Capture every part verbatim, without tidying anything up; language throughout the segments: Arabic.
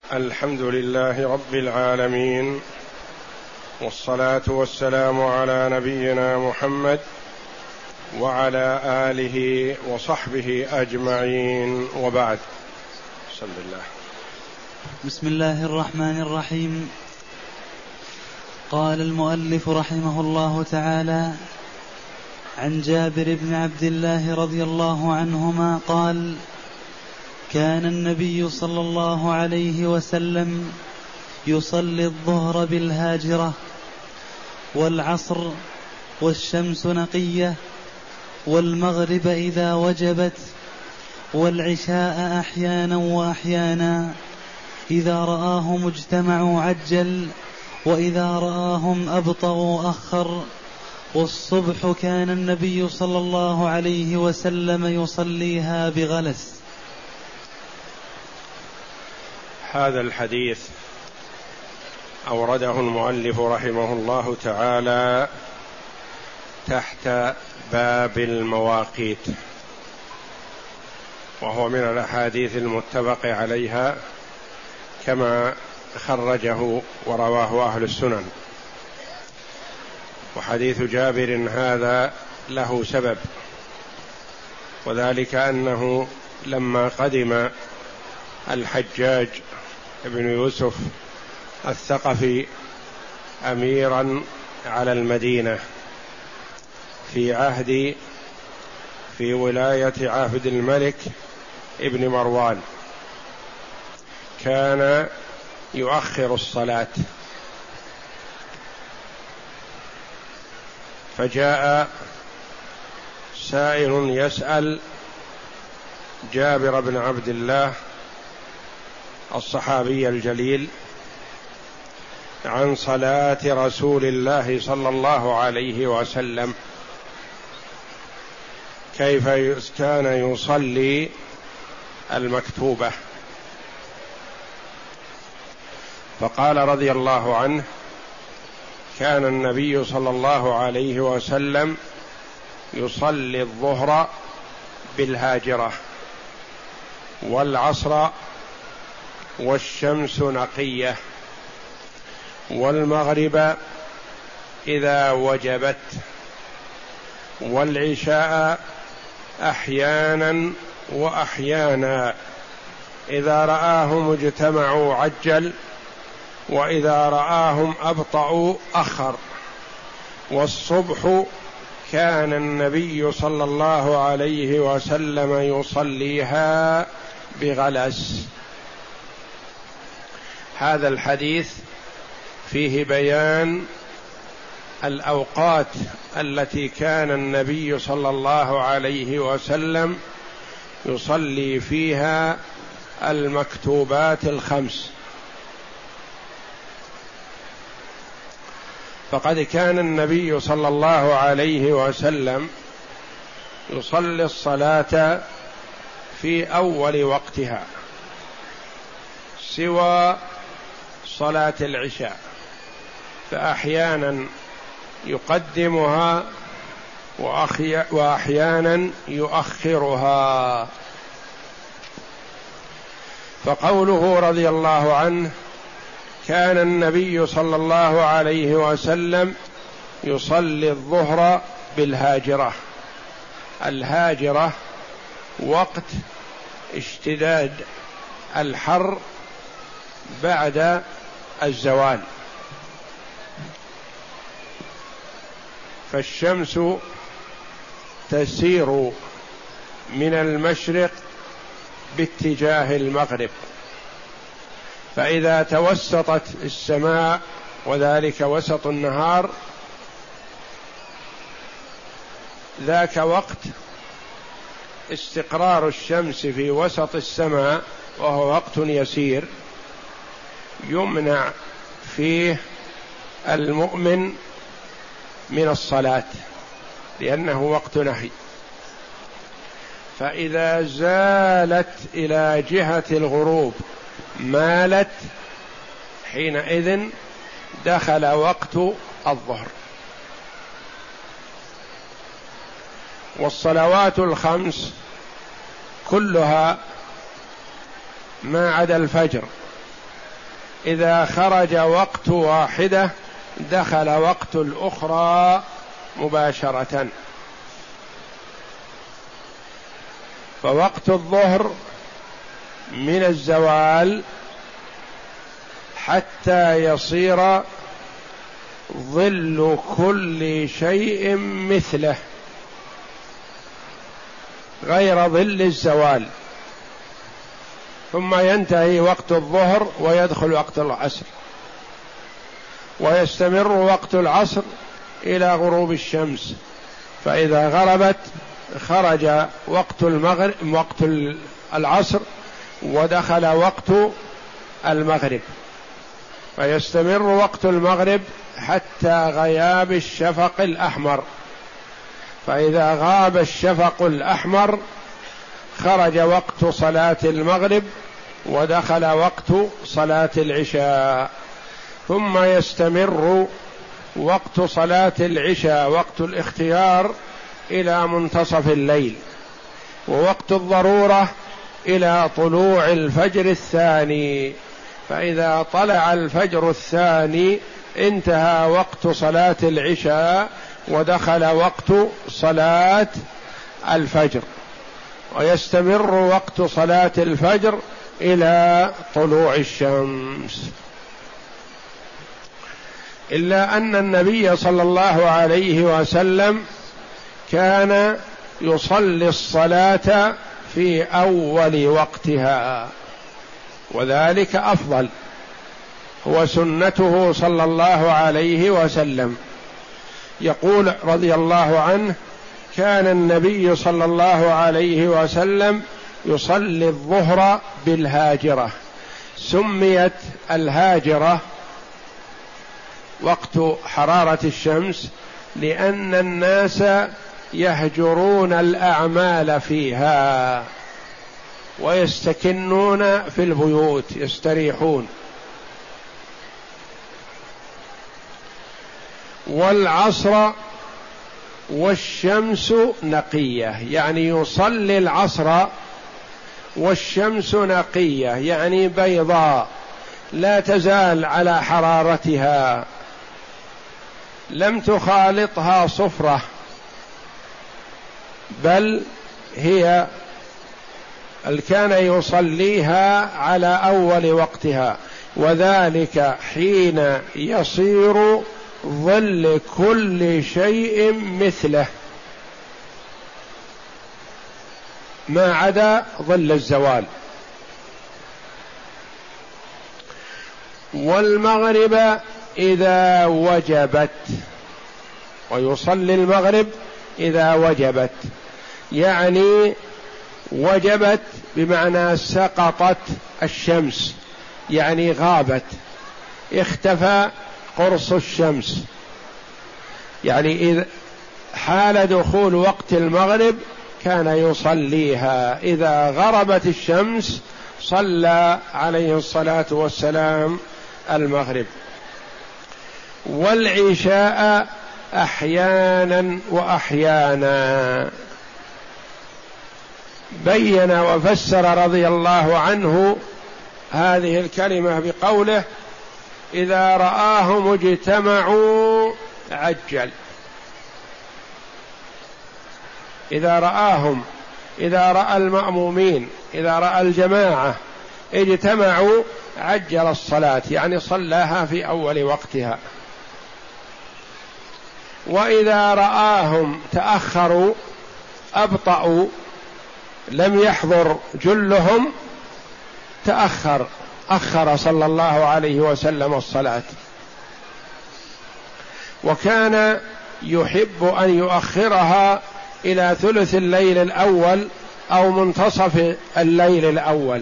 الحمد لله رب العالمين، والصلاة والسلام على نبينا محمد وعلى آله وصحبه أجمعين، وبعد. بسم الله. بسم الله الرحمن الرحيم. قال المؤلف رحمه الله تعالى: عن جابر بن عبد الله رضي الله عنهما قال: كان النبي صلى الله عليه وسلم يصلي الظهر بالهاجرة، والعصر والشمس نقية، والمغرب إذا وجبت، والعشاء أحيانا وأحيانا، إذا رآهم اجتمعوا عجل، وإذا رآهم أبطأوا أخر، والصبح كان النبي صلى الله عليه وسلم يصليها بغلس. هذا الحديث أورده المؤلف رحمه الله تعالى تحت باب المواقيت، وهو من الأحاديث المتفق عليها كما خرجه ورواه أهل السنن. وحديث جابر هذا له سبب، وذلك أنه لما قدم الحجاج ابن يوسف الثقفي أميرا على المدينة في عهد في ولاية عهد الملك ابن مروان، كان يؤخر الصلاة، فجاء سائل يسأل جابر بن عبد الله الصحابي الجليل عن صلاة رسول الله صلى الله عليه وسلم، كيف كان يصلي المكتوبة. فقال رضي الله عنه: كان النبي صلى الله عليه وسلم يصلي الظهر بالهاجرة، والعصر والشمس نقية، والمغرب إذا وجبت، والعشاء أحيانا وأحيانا، إذا رآهم اجتمعوا عجل، وإذا رآهم أبطأوا أخر، والصبح كان النبي صلى الله عليه وسلم يصليها بغلس. هذا الحديث فيه بيان الأوقات التي كان النبي صلى الله عليه وسلم يصلي فيها المكتوبات الخمس. فقد كان النبي صلى الله عليه وسلم يصلي الصلاة في أول وقتها سوى صلاة العشاء، فأحيانا يقدمها وأحيانا يؤخرها. فقوله رضي الله عنه: كان النبي صلى الله عليه وسلم يصلي الظهر بالهاجرة. الهاجرة وقت اشتداد الحر بعد الزوال، فالشمس تسير من المشرق باتجاه المغرب، فإذا توسطت السماء وذلك وسط النهار ذاك وقت استقرار الشمس في وسط السماء، وهو وقت يسير يمنع فيه المؤمن من الصلاة لأنه وقت نهي. فإذا زالت إلى جهة الغروب مالت، حينئذ دخل وقت الظهر. والصلوات الخمس كلها ما عدا الفجر إذا خرج وقت واحدة دخل وقت الأخرى مباشرة. فوقت الظهر من الزوال حتى يصير ظل كل شيء مثله غير ظل الزوال، ثم ينتهي وقت الظهر ويدخل وقت العصر، ويستمر وقت العصر إلى غروب الشمس، فإذا غربت خرج وقت المغرب وقت العصر ودخل وقت المغرب، فيستمر وقت المغرب حتى غياب الشفق الأحمر، فإذا غاب الشفق الأحمر خرج وقت صلاة المغرب ودخل وقت صلاة العشاء، ثم يستمر وقت صلاة العشاء وقت الاختيار إلى منتصف الليل، ووقت الضرورة إلى طلوع الفجر الثاني، فإذا طلع الفجر الثاني انتهى وقت صلاة العشاء ودخل وقت صلاة الفجر، ويستمر وقت صلاة الفجر إلى طلوع الشمس. إلا أن النبي صلى الله عليه وسلم كان يصلي الصلاة في أول وقتها، وذلك أفضل، هو سنته صلى الله عليه وسلم. يقول رضي الله عنه: كان النبي صلى الله عليه وسلم يصلي الظهر بالهاجرة، سميت الهاجرة وقت حرارة الشمس لأن الناس يهجرون الأعمال فيها ويستكنون في البيوت يستريحون. والعصر والشمس نقية، يعني يصلي العصر والشمس نقية، يعني بيضاء لا تزال على حرارتها، لم تخالطها صفرة، بل هي كان يصليها على أول وقتها، وذلك حين يصير ظل كل شيء مثله ما عدا ظل الزوال. والمغرب إذا وجبت، ويصلي المغرب إذا وجبت، يعني وجبت بمعنى سقطت الشمس، يعني غابت، اختفى قرص الشمس، يعني إذا حال دخول وقت المغرب كان يصليها، إذا غربت الشمس صلى عليه الصلاة والسلام المغرب. والعشاء أحيانا وأحيانا. بين وفسر رضي الله عنه هذه الكلمة بقوله: إذا رآهم اجتمعوا عجل. إذا رآهم، إذا رأى المأمومين، إذا رأى الجماعة اجتمعوا عجل الصلاة، يعني صلاها في أول وقتها. وإذا رآهم تأخروا أبطأوا لم يحضر جلهم تأخر أخر صلى الله عليه وسلم الصلاة. وكان يحب أن يؤخرها إلى ثلث الليل الأول أو منتصف الليل الأول،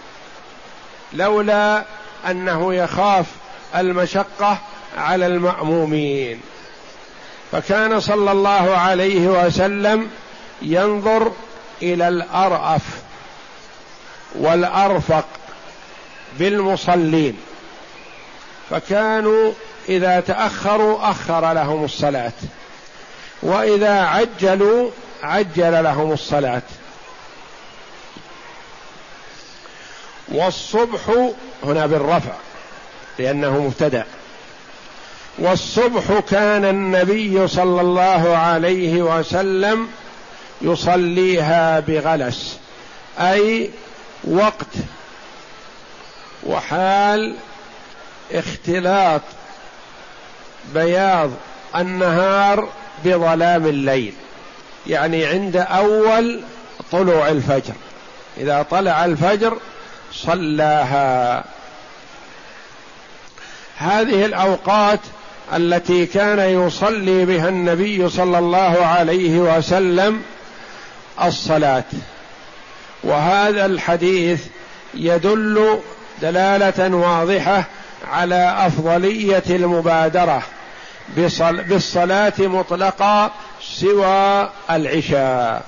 لولا أنه يخاف المشقة على المأمومين، فكان صلى الله عليه وسلم ينظر إلى الأرأف والأرفق بالمصلين، فكانوا إذا تأخروا أخر لهم الصلاة، وإذا عجلوا عجل لهم الصلاة. والصبح هنا بالرفع، لأنه مبتدأ. والصبح كان النبي صلى الله عليه وسلم يصليها بغلس، أي وقت وحال اختلاط بياض النهار بظلام الليل، يعني عند أول طلوع الفجر، إذا طلع الفجر صلاها. هذه الأوقات التي كان يصلي بها النبي صلى الله عليه وسلم الصلاة. وهذا الحديث يدل دلالة واضحة على أفضلية المبادرة بالصلاة مطلقا سوى العشاء.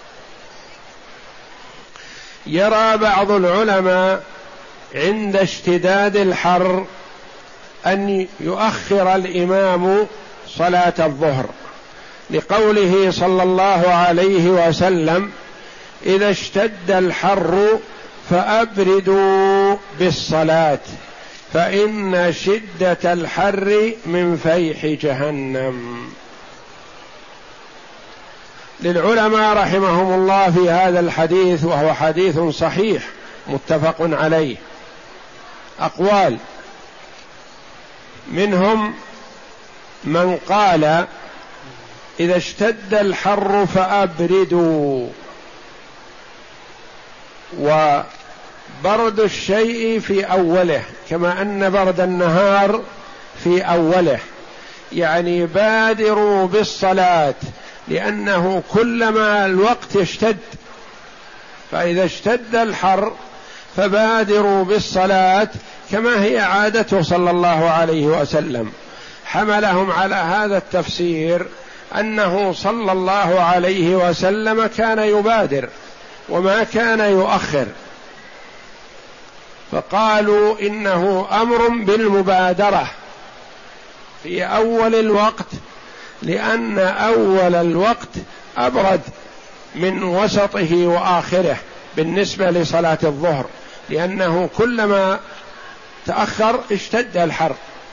يرى بعض العلماء عند اشتداد الحر أن يؤخر الإمام صلاة الظهر، لقوله صلى الله عليه وسلم: إذا اشتد الحر فأبردوا بالصلاة فإن شدة الحر من فيح جهنم. للعلماء رحمهم الله في هذا الحديث، وهو حديث صحيح متفق عليه، أقوال، منهم من قال: إذا اشتد الحر فأبردوا، وبرد الشيء في أوله كما أن برد النهار في أوله، يعني بادروا بالصلاة، لأنه كلما الوقت يشتد، فإذا اشتد الحر فبادروا بالصلاة كما هي عادته صلى الله عليه وسلم. حملهم على هذا التفسير أنه صلى الله عليه وسلم كان يبادر وما كان يؤخر، فقالوا إنه أمر بالمبادرة في أول الوقت، لأن أول الوقت أبرد من وسطه وآخره بالنسبة لصلاة الظهر، لأنه كلما تأخر اشتد الحر.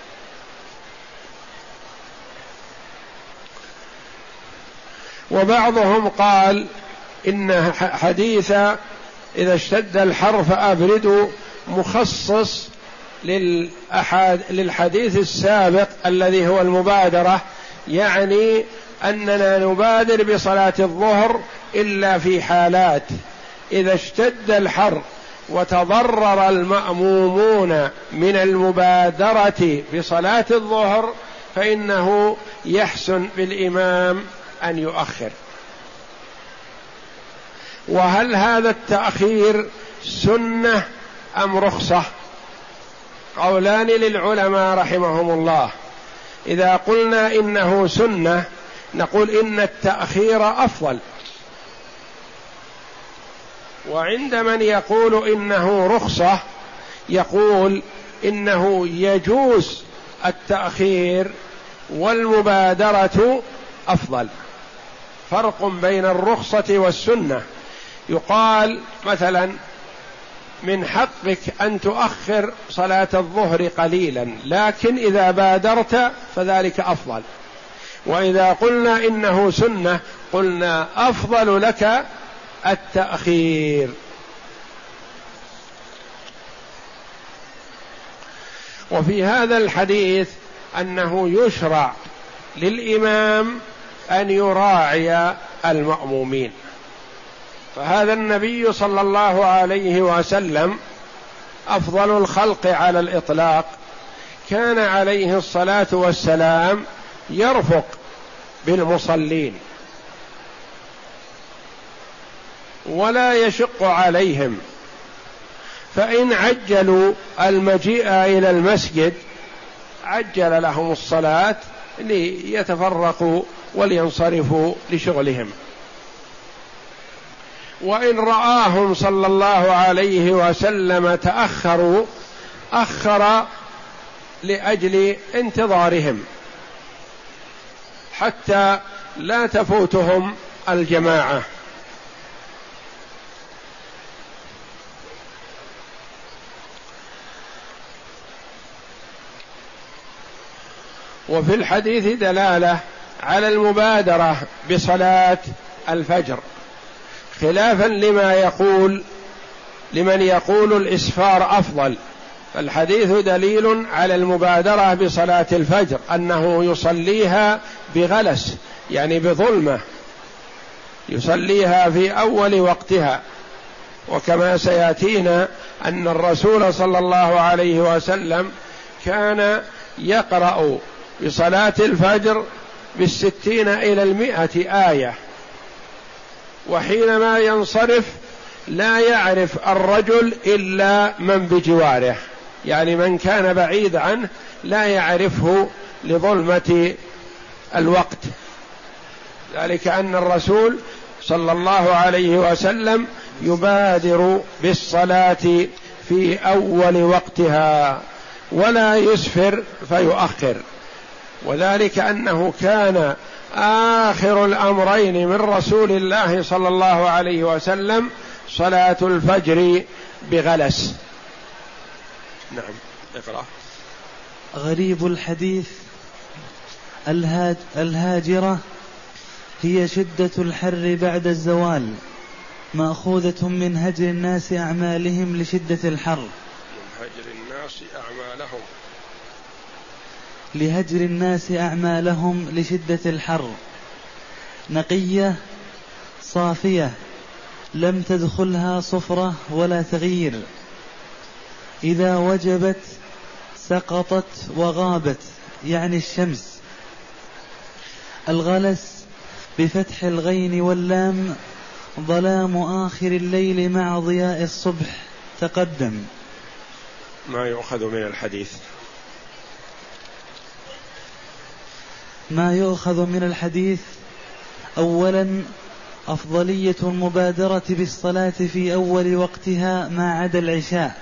وبعضهم قال إن حديث إذا اشتد الحر فأبردوا مخصص للأحاد للحديث السابق الذي هو المبادرة، يعني أننا نبادر بصلاة الظهر إلا في حالات إذا اشتد الحر وتضرر المأمومون من المبادرة بصلاة الظهر فإنه يحسن بالإمام أن يؤخر. وهل هذا التأخير سنة أم رخصة؟ قولان للعلماء رحمهم الله. إذا قلنا إنه سنة نقول إن التأخير أفضل، وعند من يقول إنه رخصة يقول إنه يجوز التأخير والمبادرة أفضل. فرق بين الرخصة والسنة. يقال مثلا من حقك أن تؤخر صلاة الظهر قليلا، لكن إذا بادرت فذلك أفضل. وإذا قلنا إنه سنة قلنا أفضل لك التأخير. وفي هذا الحديث أنه يشرع للإمام أن يراعي المأمومين، فهذا النبي صلى الله عليه وسلم أفضل الخلق على الإطلاق، كان عليه الصلاة والسلام يرفق بالمصلين ولا يشق عليهم، فإن عجلوا المجيء إلى المسجد عجل لهم الصلاة ليتفرقوا ولينصرفوا لشغلهم. وإن رآهم صلى الله عليه وسلم تأخروا أخر لأجل انتظارهم حتى لا تفوتهم الجماعة. وفي الحديث دلالة على المبادرة بصلاة الفجر، خلافا لما يقول لمن يقول الإسفار أفضل. فالحديث دليل على المبادرة بصلاة الفجر، أنه يصليها بغلس يعني بظلمة، يصليها في أول وقتها. وكما سيأتينا أن الرسول صلى الله عليه وسلم كان يقرأ بصلاة الفجر بالستين إلى المئة آية، وحينما ينصرف لا يعرف الرجل إلا من بجواره، يعني من كان بعيد عنه لا يعرفه لظلمة الوقت. ذلك أن الرسول صلى الله عليه وسلم يبادر بالصلاة في أول وقتها ولا يسفر فيؤخر، وذلك أنه كان آخر الأمرين من رسول الله صلى الله عليه وسلم صلاة الفجر بغلس. نعم اقرأ. غريب الحديث: الهاج الهاجرة هي شدة الحر بعد الزوال، مأخوذة من هجر الناس أعمالهم لشدة الحر. من هجر الناس أعمالهم لهجر الناس أعمالهم لشدة الحر. نقية صافية لم تدخلها صفرة ولا تغيير، إذا وجبت سقطت وغابت يعني الشمس. الغلس بفتح الغين واللام ظلام آخر الليل مع ضياء الصبح تقدم. ما يؤخذ من الحديث؟ ما يؤخذ من الحديث: أولا أفضلية المبادرة بالصلاة في أول وقتها ما عدا العشاء.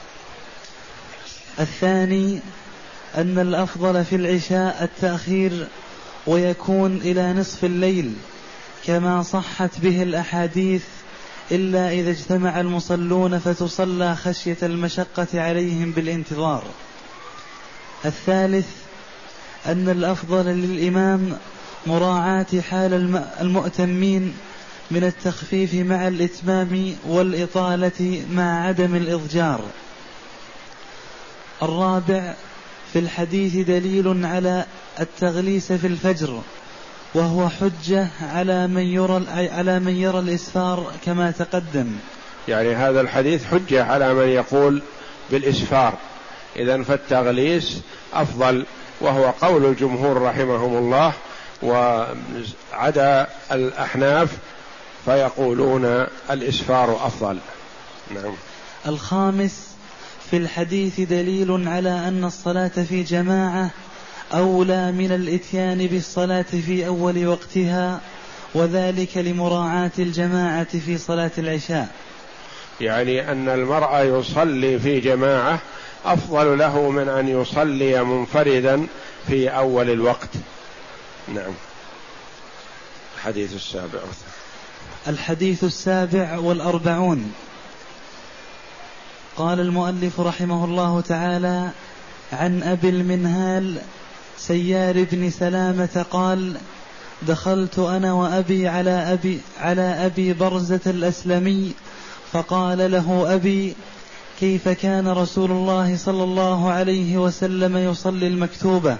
الثاني أن الأفضل في العشاء التأخير ويكون إلى نصف الليل كما صحت به الأحاديث، إلا إذا اجتمع المصلون فتصلى خشية المشقة عليهم بالانتظار. الثالث أن الأفضل للإمام مراعاة حال المؤتمين من التخفيف مع الإتمام والإطالة مع عدم الإضجار. الرابع في الحديث دليل على التغليس في الفجر، وهو حجة على من يرى على من يرى الإسفار كما تقدم. يعني هذا الحديث حجة على من يقول بالإسفار، إذن فالتغليس أفضل، وهو قول الجمهور رحمهم الله، وعدا الأحناف فيقولون الإسفار أفضل. نعم. الخامس في الحديث دليل على أن الصلاة في جماعة أولى من الإتيان بالصلاة في أول وقتها، وذلك لمراعاة الجماعة في صلاة العشاء. يعني أن المرء يصلي في جماعة أفضل له من أن يصلي منفردا في أول الوقت. نعم. الحديث السابع. الحديث السابع والأربعون. قال المؤلف رحمه الله تعالى: عن أبي المنهال سيار بن سلامة قال: دخلت أنا وأبي على أبي, على أبي برزة الأسلمي، فقال له أبي: كيف كان رسول الله صلى الله عليه وسلم يصلي المكتوبة؟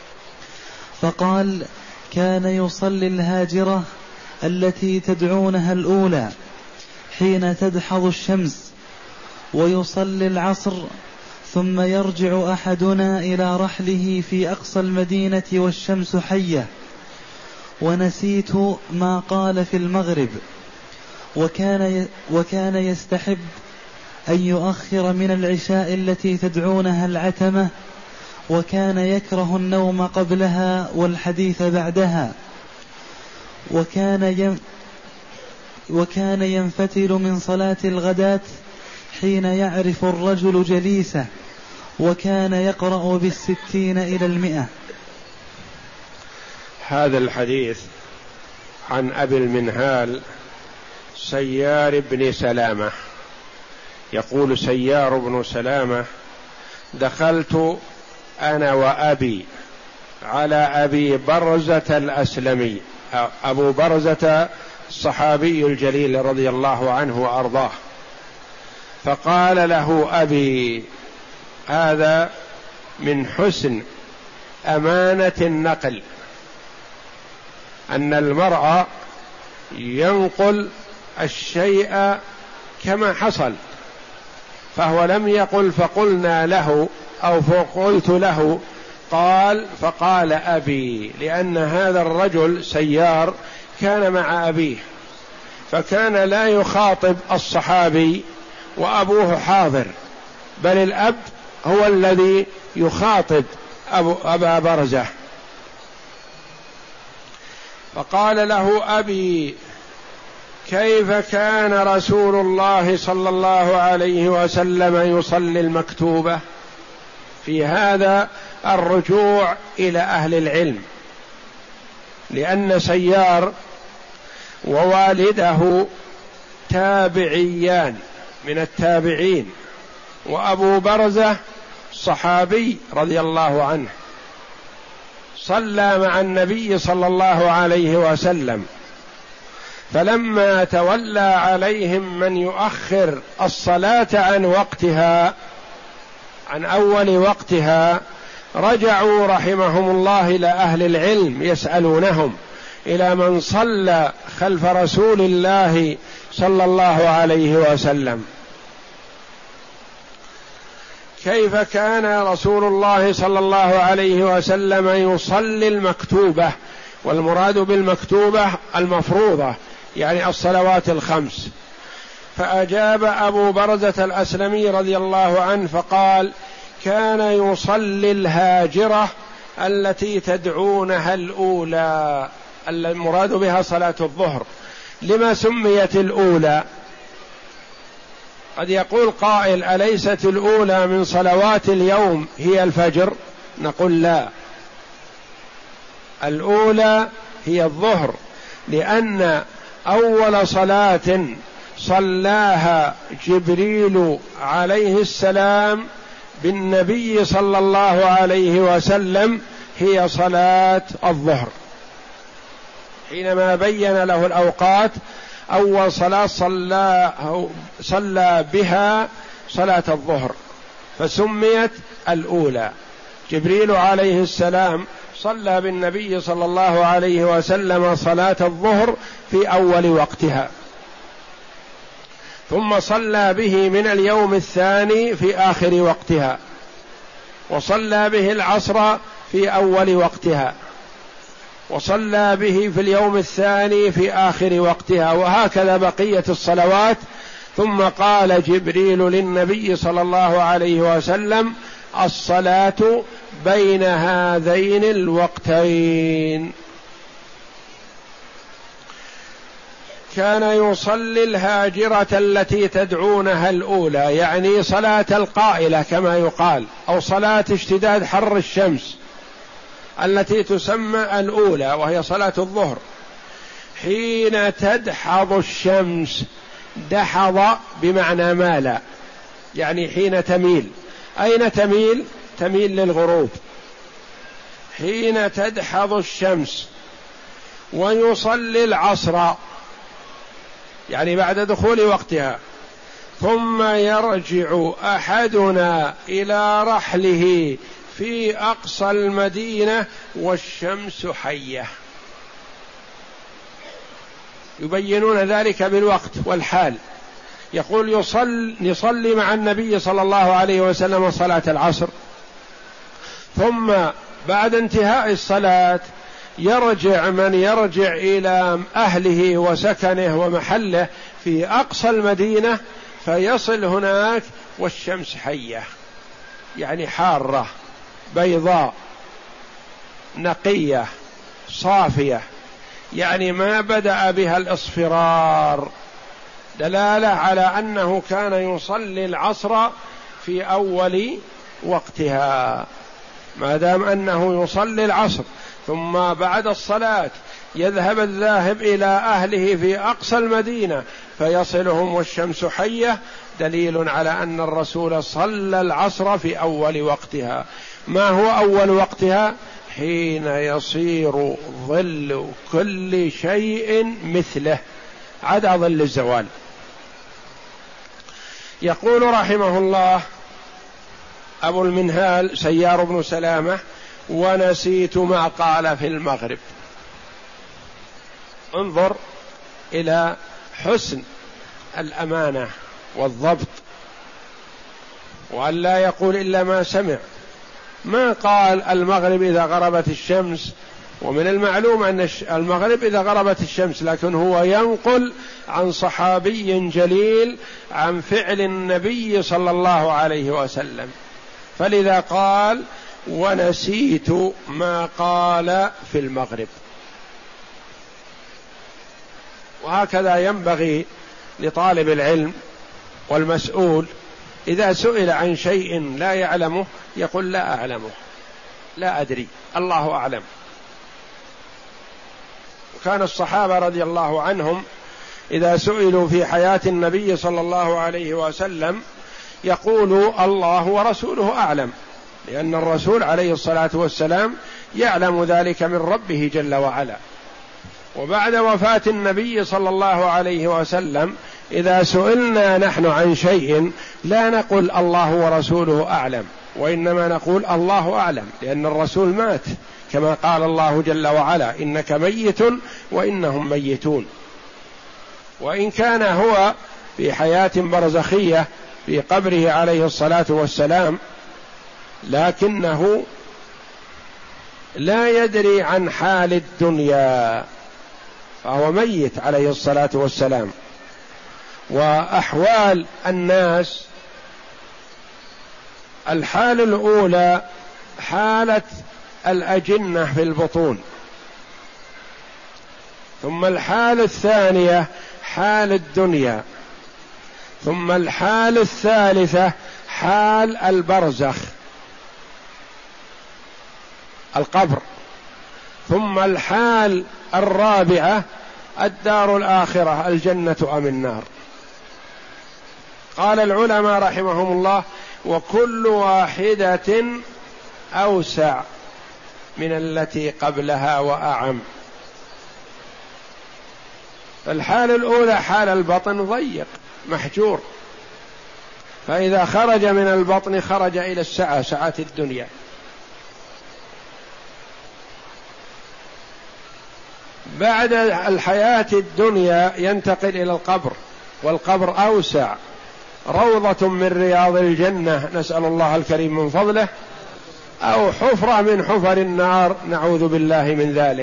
فقال: كان يصلي الهاجرة التي تدعونها الأولى حين تدحض الشمس، ويصلي العصر، ثم يرجع أحدنا إلى رحله في أقصى المدينة والشمس حية. ونسيت ما قال في المغرب. وكان وكان يستحب أن يؤخر من العشاء التي تدعونها العتمة، وكان يكره النوم قبلها والحديث بعدها. وكان ين وكان ينفتل من صلاة الغداة حين يعرف الرجل جليسه، وكان يقرأ بالستين إلى المئة. هذا الحديث عن أبي المنهال سيار بن سلامة، يقول سيار بن سلامة: دخلت أنا وأبي على أبي برزة الأسلمي. أبو برزة الصحابي الجليل رضي الله عنه وأرضاه، فقال له أبي. هذا من حسن أمانة النقل، أن المرء ينقل الشيء كما حصل، فهو لم يقل فقلنا له أو فقلت له، قال فقال أبي، لأن هذا الرجل سيار كان مع أبيه، فكان لا يخاطب الصحابي وأبوه حاضر، بل الأب هو الذي يخاطب أبو أبا برزة. فقال له أبي: كيف كان رسول الله صلى الله عليه وسلم يصلي المكتوبة؟ في هذا الرجوع إلى أهل العلم، لأن سيار ووالده تابعيان من التابعين، وأبو برزة صحابي رضي الله عنه، صلى مع النبي صلى الله عليه وسلم، فلما تولى عليهم من يؤخر الصلاة عن وقتها، عن أول وقتها، رجعوا رحمهم الله إلى أهل العلم يسألونهم إلى من صلى خلف رسول الله صلى الله عليه وسلم. كيف كان رسول الله صلى الله عليه وسلم يصلي المكتوبة؟ والمراد بالمكتوبة المفروضة، يعني الصلوات الخمس. فأجاب أبو برزة الأسلمي رضي الله عنه فقال: كان يصلي الهاجرة التي تدعونها الأولى، المراد بها صلاة الظهر. لما سميت الأولى؟ قد يقول قائل: أليست الأولى من صلوات اليوم هي الفجر؟ نقول لا، الأولى هي الظهر، لأن أول صلاة صلاها جبريل عليه السلام بالنبي صلى الله عليه وسلم هي صلاة الظهر، حينما بين له الأوقات أول صلاة صلى, صلى بها صلاة الظهر، فسميت الأولى. جبريل عليه السلام صلى بالنبي صلى الله عليه وسلم صلاة الظهر في أول وقتها، ثم صلى به من اليوم الثاني في آخر وقتها، وصلى به العصر في أول وقتها، وصلى به في اليوم الثاني في آخر وقتها، وهكذا بقية الصلوات. ثم قال جبريل للنبي صلى الله عليه وسلم: الصلاة بين هذين الوقتين. كان يصلي الهاجرة التي تدعونها الأولى، يعني صلاة القائلة كما يقال، أو صلاة اشتداد حر الشمس التي تسمى الأولى، وهي صلاة الظهر، حين تدحض الشمس. دحض بمعنى مال، يعني حين تميل. أين تميل؟ تميل للغروب. حين تدحض الشمس. ويصلي العصر، يعني بعد دخول وقتها. ثم يرجع أحدنا إلى رحله في أقصى المدينة والشمس حية. يبينون ذلك بالوقت والحال. يقول يصل يصلي مع النبي صلى الله عليه وسلم صلاة العصر، ثم بعد انتهاء الصلاة يرجع من يرجع إلى أهله وسكنه ومحله في أقصى المدينة، فيصل هناك والشمس حية، يعني حارة بيضاء نقية صافية، يعني ما بدأ بها الإصفرار، دلالة على أنه كان يصلي العصر في أول وقتها. ما دام أنه يصلي العصر ثم بعد الصلاة يذهب الذاهب إلى أهله في أقصى المدينة فيصلهم والشمس حية، دليل على أن الرسول صلى العصر في أول وقتها. ما هو أول وقتها؟ حين يصير ظل كل شيء مثله عدا ظل الزوال. يقول رحمه الله أبو المنهال سيار بن سلامة: ونسيت ما قال في المغرب. انظر إلى حسن الأمانة والضبط، وأن لا يقول إلا ما سمع. ما قال المغرب إذا غربت الشمس، ومن المعلوم أن المغرب إذا غربت الشمس، لكن هو ينقل عن صحابي جليل عن فعل النبي صلى الله عليه وسلم، فلذا قال: ونسيت ما قال في المغرب. وهكذا ينبغي لطالب العلم والمسؤول إذا سئل عن شيء لا يعلمه يقول: لا أعلمه، لا أدري، الله أعلم. وكان الصحابة رضي الله عنهم إذا سئلوا في حياة النبي صلى الله عليه وسلم يقولوا: الله ورسوله أعلم، لأن الرسول عليه الصلاة والسلام يعلم ذلك من ربه جل وعلا. وبعد وفاة النبي صلى الله عليه وسلم إذا سئلنا نحن عن شيء لا نقول الله ورسوله أعلم، وإنما نقول الله أعلم، لأن الرسول مات، كما قال الله جل وعلا: إنك ميت وإنهم ميتون. وإن كان هو في حياة برزخية في قبره عليه الصلاة والسلام، لكنه لا يدري عن حال الدنيا، فهو ميت عليه الصلاة والسلام. وأحوال الناس: الحال الأولى حالة الأجنة في البطون، ثم الحال الثانية حال الدنيا، ثم الحال الثالثة حال البرزخ القبر، ثم الحال الرابعة الدار الآخرة الجنة أم النار. قال العلماء رحمهم الله: وكل واحدة أوسع من التي قبلها وأعم. الحالة الأولى حال البطن ضيق محجور، فإذا خرج من البطن خرج إلى السعة، سعة الدنيا. بعد الحياة الدنيا ينتقل إلى القبر، والقبر أوسع، روضة من رياض الجنة نسأل الله الكريم من فضله، أو حفرة من حفر النار نعوذ بالله من ذلك.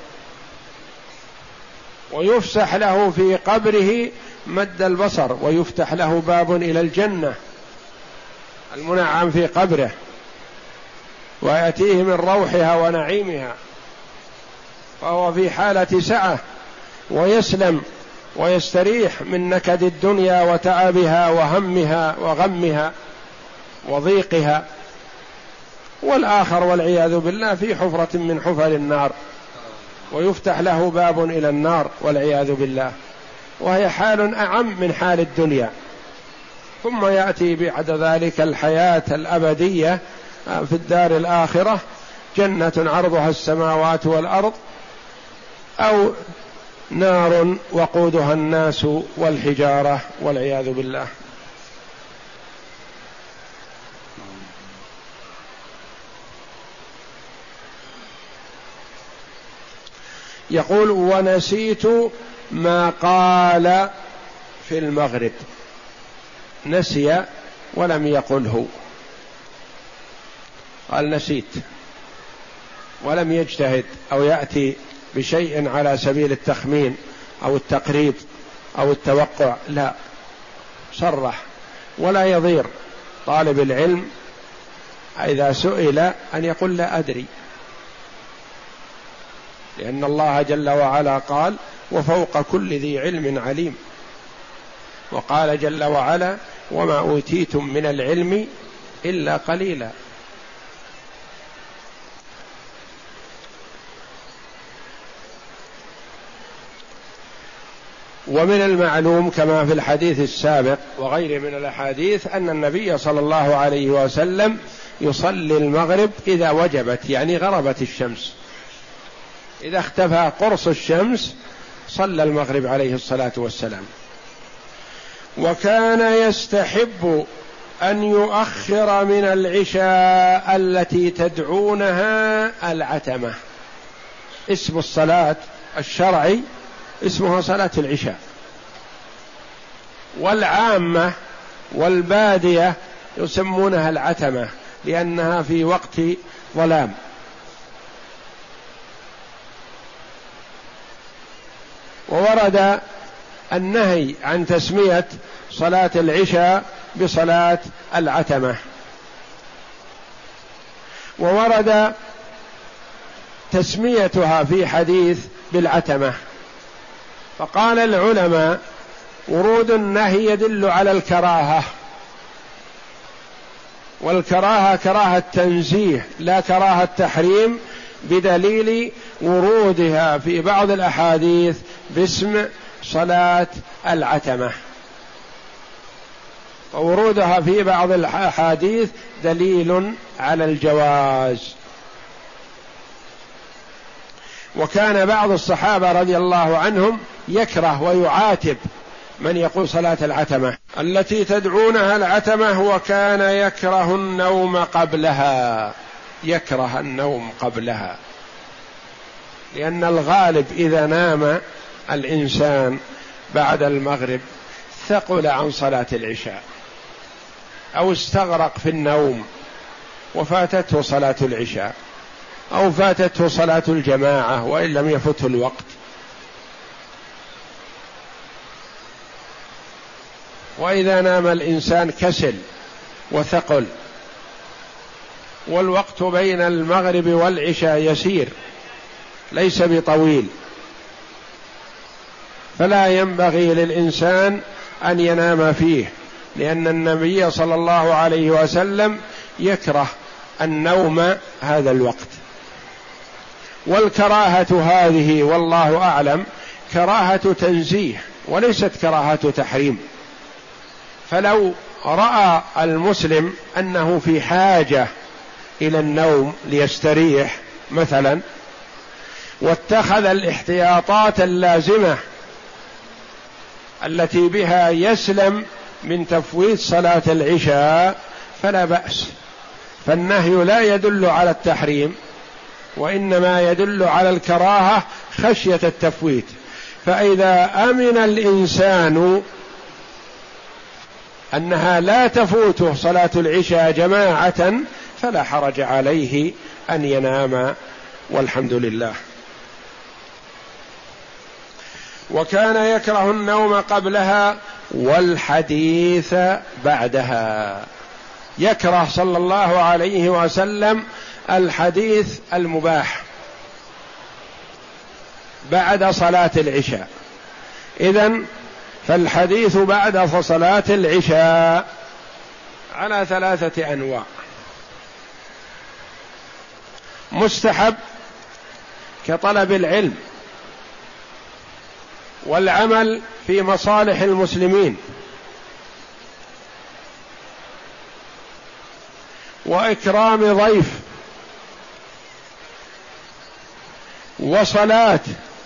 ويفسح له في قبره مد البصر، ويفتح له باب إلى الجنة المنعم في قبره، ويأتيه من روحها ونعيمها، فهو في حالة سعة، ويسلم ويستريح من نكد الدنيا وتعبها وهمها وغمها وضيقها. والآخر والعياذ بالله في حفرة من حفر النار، ويفتح له باب إلى النار والعياذ بالله، وهي حال أعم من حال الدنيا. ثم يأتي بعد ذلك الحياة الأبدية في الدار الآخرة، جنة عرضها السماوات والأرض، أو نار وقودها الناس والحجارة والعياذ بالله. يقول: ونسيت ما قال في المغرب. نسي ولم يقله، قال نسيت، ولم يجتهد أو يأتي بشيء على سبيل التخمين أو التقريب أو التوقع، لا، صرح. ولا يضير طالب العلم إذا سئل أن يقول لا أدري، لأن الله جل وعلا قال: وفوق كل ذي علم عليم. وقال جل وعلا: وما أوتيتم من العلم إلا قليلا. ومن المعلوم كما في الحديث السابق وغيره من الأحاديث أن النبي صلى الله عليه وسلم يصلي المغرب إذا وجبت، يعني غربت الشمس، إذا اختفى قرص الشمس صلى المغرب عليه الصلاة والسلام. وكان يستحب أن يؤخر من العشاء التي تدعونها العتمة. اسم الصلاة الشرعي اسمها صلاة العشاء، والعامة والبادية يسمونها العتمة لأنها في وقت ظلام. وورد النهي عن تسمية صلاة العشاء بصلاة العتمة، وورد تسميتها في حديث بالعتمة. فقال العلماء ورود النهي يدل على الكراهة، والكراهة كراهة تنزيه لا كراهة تحريم، بدليل ورودها في بعض الأحاديث باسم صلاة العتمة. وورودها في بعض الأحاديث دليل على الجواز. وكان بعض الصحابة رضي الله عنهم يكره ويعاتب من يقول صلاة العتمة التي تدعونها العتمة، وكان يكره النوم قبلها، يكره النوم قبلها، لأن الغالب إذا نام الإنسان بعد المغرب ثقل عن صلاة العشاء أو استغرق في النوم وفاتته صلاة العشاء أو فاتته صلاة الجماعة وإن لم يفته الوقت. وإذا نام الإنسان كسل وثقل، والوقت بين المغرب والعشاء يسير ليس بطويل، فلا ينبغي للإنسان أن ينام فيه، لأن النبي صلى الله عليه وسلم يكره النوم هذا الوقت. والكراهة هذه والله أعلم كراهة تنزيه وليست كراهة تحريم. فلو رأى المسلم أنه في حاجة إلى النوم ليستريح مثلا، واتخذ الاحتياطات اللازمة التي بها يسلم من تفويت صلاة العشاء فلا بأس. فالنهي لا يدل على التحريم، وإنما يدل على الكراهة خشية التفويت. فإذا أمن الإنسان أنها لا تفوته صلاة العشاء جماعة فلا حرج عليه أن ينام، والحمد لله. وكان يكره النوم قبلها والحديث بعدها، يكره صلى الله عليه وسلم الحديث المباح بعد صلاة العشاء. إذن فالحديث بعد صلاة العشاء على ثلاثة أنواع: مستحب كطلب العلم والعمل في مصالح المسلمين وإكرام ضيف وصلاة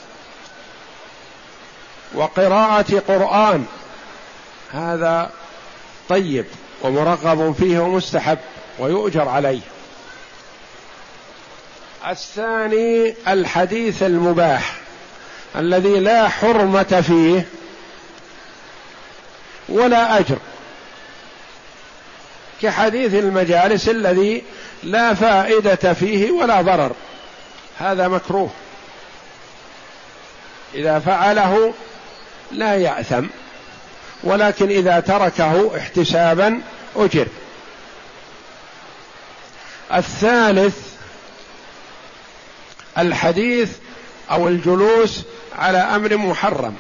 وقراءة قرآن، هذا طيب ومرغب فيه ومستحب ويؤجر عليه. الثاني الحديث المباح الذي لا حرمة فيه ولا أجر، كحديث المجالس الذي لا فائدة فيه ولا ضرر، هذا مكروه، إذا فعله لا يأثم، ولكن إذا تركه احتسابا أجر. الثالث الحديث أو الجلوس على أمر محرم،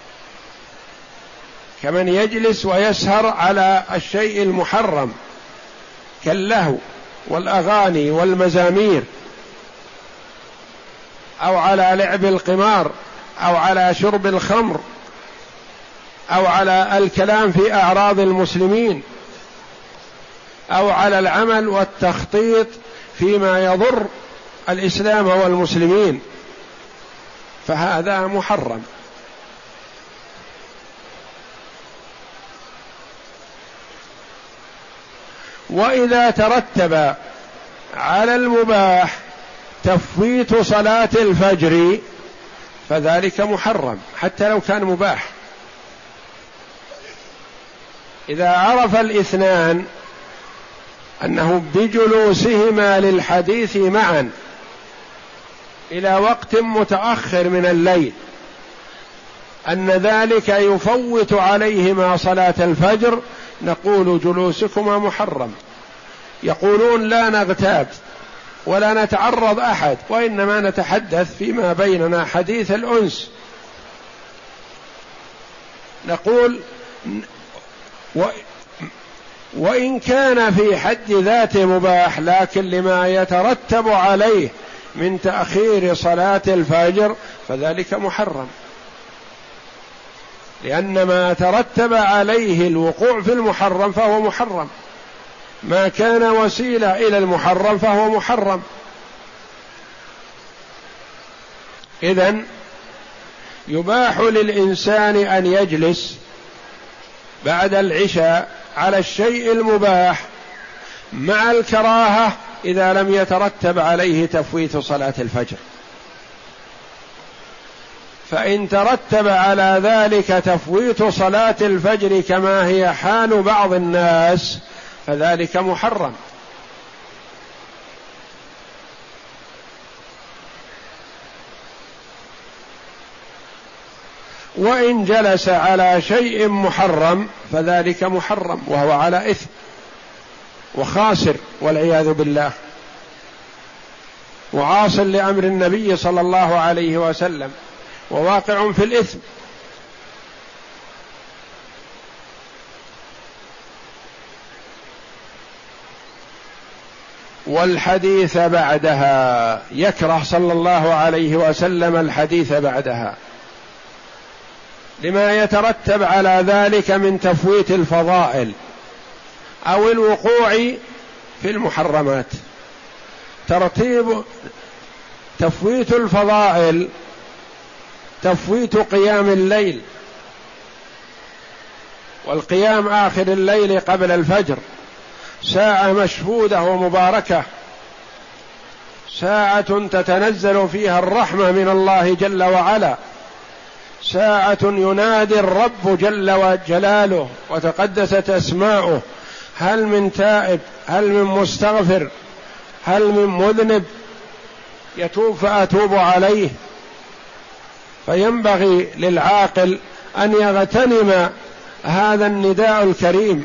كمن يجلس ويسهر على الشيء المحرم كاللهو والأغاني والمزامير، أو على لعب القمار، أو على شرب الخمر، أو على الكلام في أعراض المسلمين، أو على العمل والتخطيط فيما يضر الإسلام والمسلمين، فهذا محرم. وإذا ترتب على المباح تفويت صلاة الفجر فذلك محرم حتى لو كان مباح. إذا عرف الاثنان أنه بجلوسهما للحديث معا إلى وقت متأخر من الليل أن ذلك يفوت عليهما صلاة الفجر، نقول جلوسكما محرم. يقولون لا نغتاب ولا نتعرض أحد، وإنما نتحدث فيما بيننا حديث الأنس. نقول و وإن كان في حد ذاته مباح، لكن لما يترتب عليه من تأخير صلاة الفجر فذلك محرم، لأن ما ترتب عليه الوقوع في المحرم فهو محرم، ما كان وسيلة إلى المحرم فهو محرم. إذن يباح للإنسان أن يجلس بعد العشاء على الشيء المباح مع الكراهة إذا لم يترتب عليه تفويت صلاة الفجر. فإن ترتب على ذلك تفويت صلاة الفجر كما هي حال بعض الناس فذلك محرم. وإن جلس على شيء محرم فذلك محرم، وهو على إثم وخاسر والعياذ بالله، وعاص لأمر النبي صلى الله عليه وسلم وواقع في الإثم. والحديث بعدها، يكره صلى الله عليه وسلم الحديث بعدها لما يترتب على ذلك من تفويت الفضائل أو الوقوع في المحرمات. ترتيب تفويت الفضائل تفويت قيام الليل، والقيام آخر الليل قبل الفجر ساعة مشهودة ومباركة، ساعة تتنزل فيها الرحمة من الله جل وعلا، ساعة ينادي الرب جل وجلاله وتقدست أسماؤه: هل من تائب، هل من مستغفر، هل من مذنب يتوب فأتوب عليه. فينبغي للعاقل أن يغتنم هذا النداء الكريم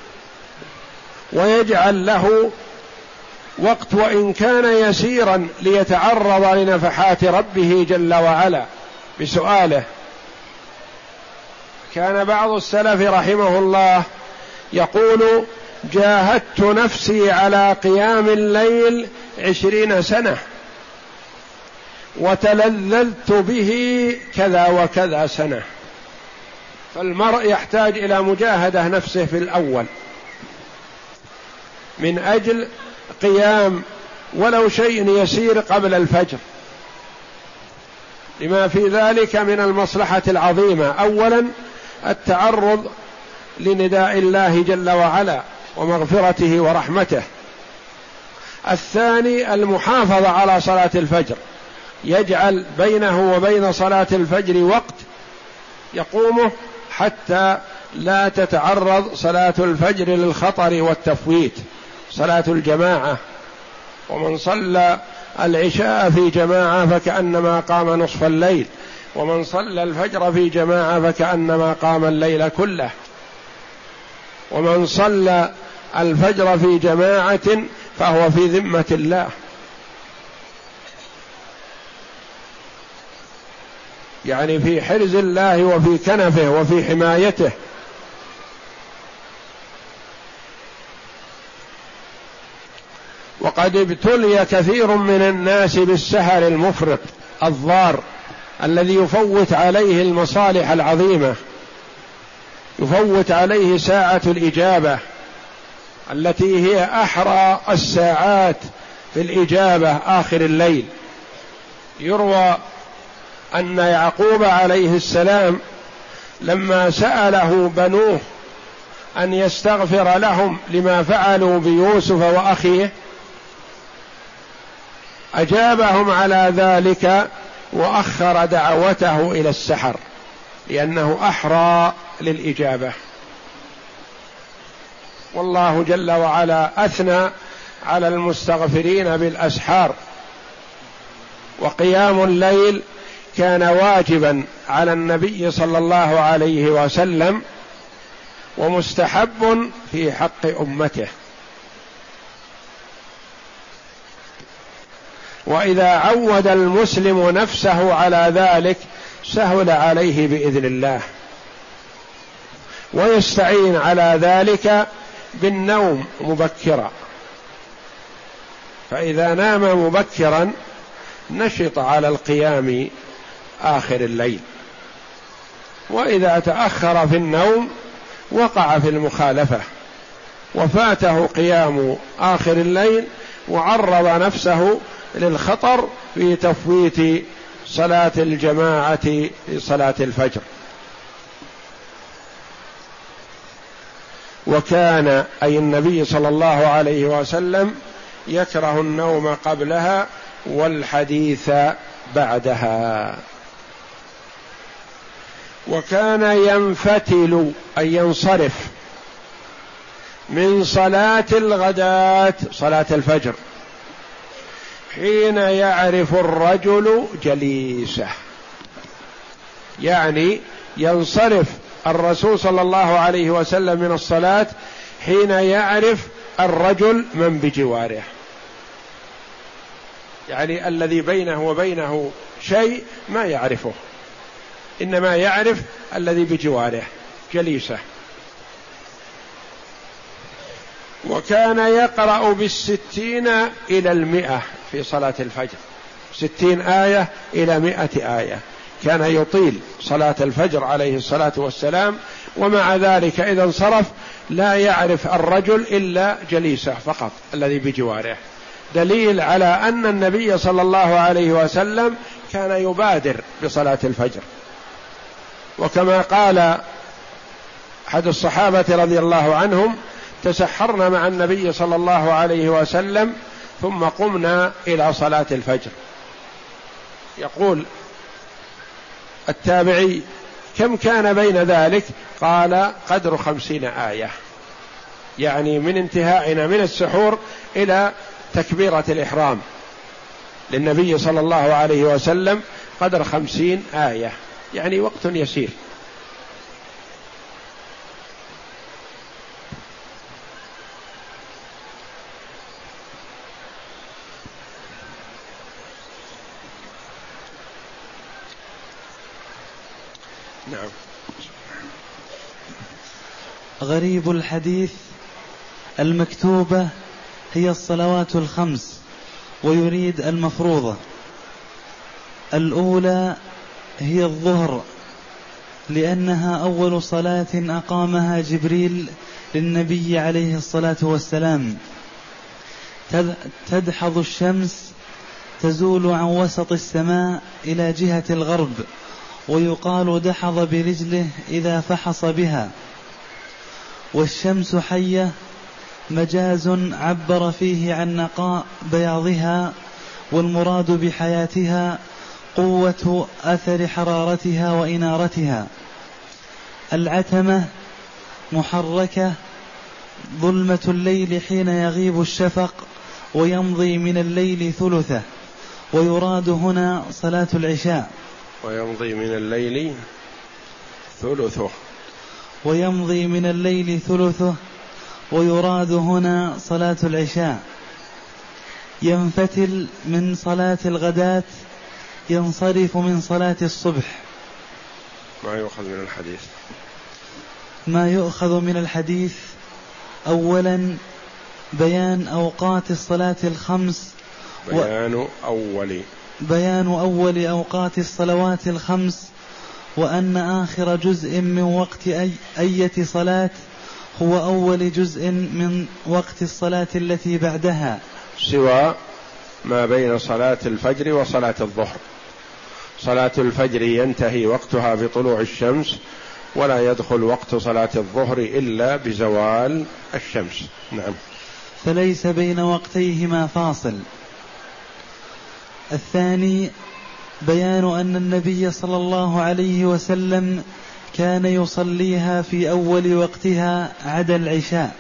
ويجعل له وقت وإن كان يسيرا ليتعرض لنفحات ربه جل وعلا بسؤاله. كان بعض السلف رحمه الله يقول: جاهدت نفسي على قيام الليل عشرين سنة وتلذذت به كذا وكذا سنة. فالمرء يحتاج إلى مجاهدة نفسه في الأول من أجل قيام ولو شيء يسير قبل الفجر، لما في ذلك من المصلحة العظيمة. أولا التعرض لنداء الله جل وعلا ومغفرته ورحمته. الثاني المحافظة على صلاة الفجر، يجعل بينه وبين صلاة الفجر وقت يقومه حتى لا تتعرض صلاة الفجر للخطر والتفويت. صلاة الجماعة، ومن صلى العشاء في جماعة فكأنما قام نصف الليل، ومن صلى الفجر في جماعة فكأنما قام الليل كله، ومن صلى الفجر في جماعة فهو في ذمة الله. يعني في حرز الله وفي كنفه وفي حمايته. وقد ابتلي كثير من الناس بالسهر المفرط الضار الذي يفوت عليه المصالح العظيمة، يفوت عليه ساعة الإجابة التي هي أحرى الساعات في الإجابة آخر الليل. يروى أن يعقوب عليه السلام لما سأله بنوه أن يستغفر لهم لما فعلوا بيوسف وأخيه أجابهم على ذلك وأخر دعوته إلى السحر لأنه أحرى للإجابة. والله جل وعلا أثنى على المستغفرين بالأسحار، وقيام الليل كان واجبا على النبي صلى الله عليه وسلم ومستحب في حق أمته. وإذا عود المسلم نفسه على ذلك سهل عليه بإذن الله، ويستعين على ذلك بالنوم مبكرا، فإذا نام مبكرا نشط على القيام آخر الليل، وإذا تأخر في النوم وقع في المخالفة وفاته قيام آخر الليل وعرض نفسه للخطر في تفويت صلاة الجماعة في صلاة الفجر. وكان أي النبي صلى الله عليه وسلم يكره النوم قبلها والحديث بعدها. وكان ينفتل أي ينصرف من صلاة الغداة صلاة الفجر حين يعرف الرجل جليسه، يعني ينصرف الرسول صلى الله عليه وسلم من الصلاة حين يعرف الرجل من بجواره، يعني الذي بينه وبينه شيء ما يعرفه، إنما يعرف الذي بجواره جليسه. وكان يقرأ بالستين إلى المئة في صلاة الفجر، ستين آية إلى مئة آية، كان يطيل صلاة الفجر عليه الصلاة والسلام. ومع ذلك إذا انصرف لا يعرف الرجل إلا جليسه فقط الذي بجواره، دليل على أن النبي صلى الله عليه وسلم كان يبادر بصلاة الفجر. وكما قال أحد الصحابة رضي الله عنهم: تسحرنا مع النبي صلى الله عليه وسلم ثم قمنا إلى صلاة الفجر. يقول التابعي: كم كان بين ذلك؟ قال: قدر خمسين آية، يعني من انتهائنا من السحور إلى تكبيرة الإحرام للنبي صلى الله عليه وسلم قدر خمسين آية، يعني وقت يسير. نعم. غريب الحديث: المكتوبة هي الصلوات الخمس، ويريد المفروضة. الأولى هي الظهر، لأنها أول صلاة أقامها جبريل للنبي عليه الصلاة والسلام. تدحض الشمس تزول عن وسط السماء إلى جهة الغرب، ويقال دحض برجله إذا فحص بها. والشمس حية مجاز عبر فيه عن نقاء بياضها، والمراد بحياتها قوة أثر حرارتها وإنارتها. العتمة محركة ظلمة الليل حين يغيب الشفق ويمضي من الليل ثلثه، ويراد هنا صلاة العشاء. ويمضي من الليل ثلثه ويمضي من الليل ثلثه ويراد هنا صلاة العشاء. ينفتل من صلاة الغداة، ينصرف من صلاة الصبح. ما يؤخذ من الحديث ما يؤخذ من الحديث: أولا بيان أوقات الصلاة الخمس، بيان أول بيان أول أوقات الصلوات الخمس، وأن آخر جزء من وقت أي أية صلاة هو أول جزء من وقت الصلاة التي بعدها، سوى ما بين صلاة الفجر وصلاة الظهر. صلاة الفجر ينتهي وقتها بطلوع الشمس، ولا يدخل وقت صلاة الظهر إلا بزوال الشمس. نعم. فليس بين وقتيهما فاصل. الثاني بيان أن النبي صلى الله عليه وسلم كان يصليها في أول وقتها عدا العشاء،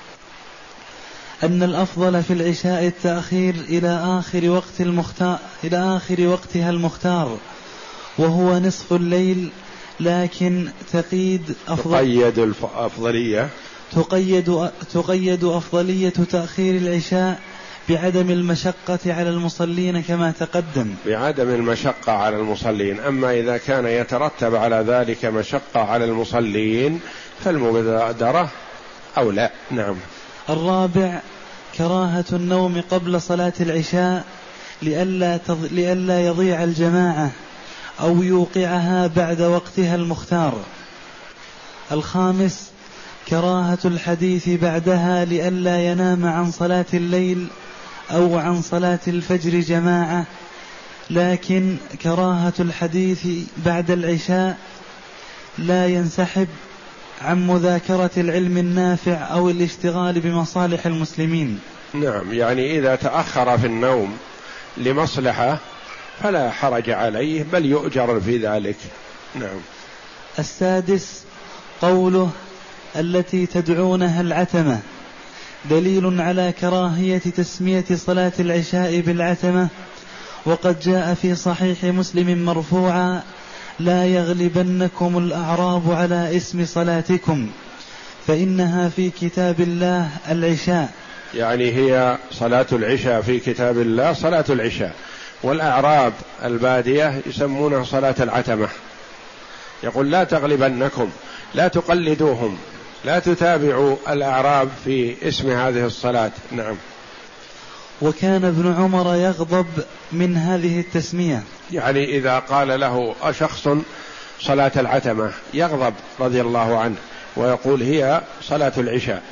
أن الأفضل في العشاء التأخير إلى آخر وقت المختار إلى آخر وقتها المختار وهو نصف الليل، لكن تقيد أفضل تقيد الأفضلية تقيد تقيد أفضلية تأخير العشاء بعدم المشقة على المصلين كما تقدم. بعدم المشقة على المصلين، أما إذا كان يترتب على ذلك مشقة على المصلين فالمبادرة أولى. نعم. الرابع كراهة النوم قبل صلاة العشاء لئلا, تض... لئلا يضيع الجماعة أو يوقعها بعد وقتها المختار. الخامس كراهة الحديث بعدها لئلا ينام عن صلاة الليل أو عن صلاة الفجر جماعة، لكن كراهة الحديث بعد العشاء لا ينسحب عن مذاكرة العلم النافع أو الاشتغال بمصالح المسلمين. نعم، يعني إذا تأخر في النوم لمصلحة فلا حرج عليه بل يؤجر في ذلك. نعم. السادس قوله التي تدعونها العتمة، دليل على كراهية تسمية صلاة العشاء بالعتمة، وقد جاء في صحيح مسلم مرفوعا لا يغلبنكم الأعراب على اسم صلاتكم فإنها في كتاب الله العشاء. يعني هي صلاة العشاء في كتاب الله صلاة العشاء، والأعراب البادية يسمونها صلاة العتمة. يقول لا تغلبنكم، لا تقلدوهم، لا تتابعوا الأعراب في اسم هذه الصلاة. نعم. وكان ابن عمر يغضب من هذه التسمية، يعني إذا قال له شخص صلاة العتمة يغضب رضي الله عنه ويقول هي صلاة العشاء.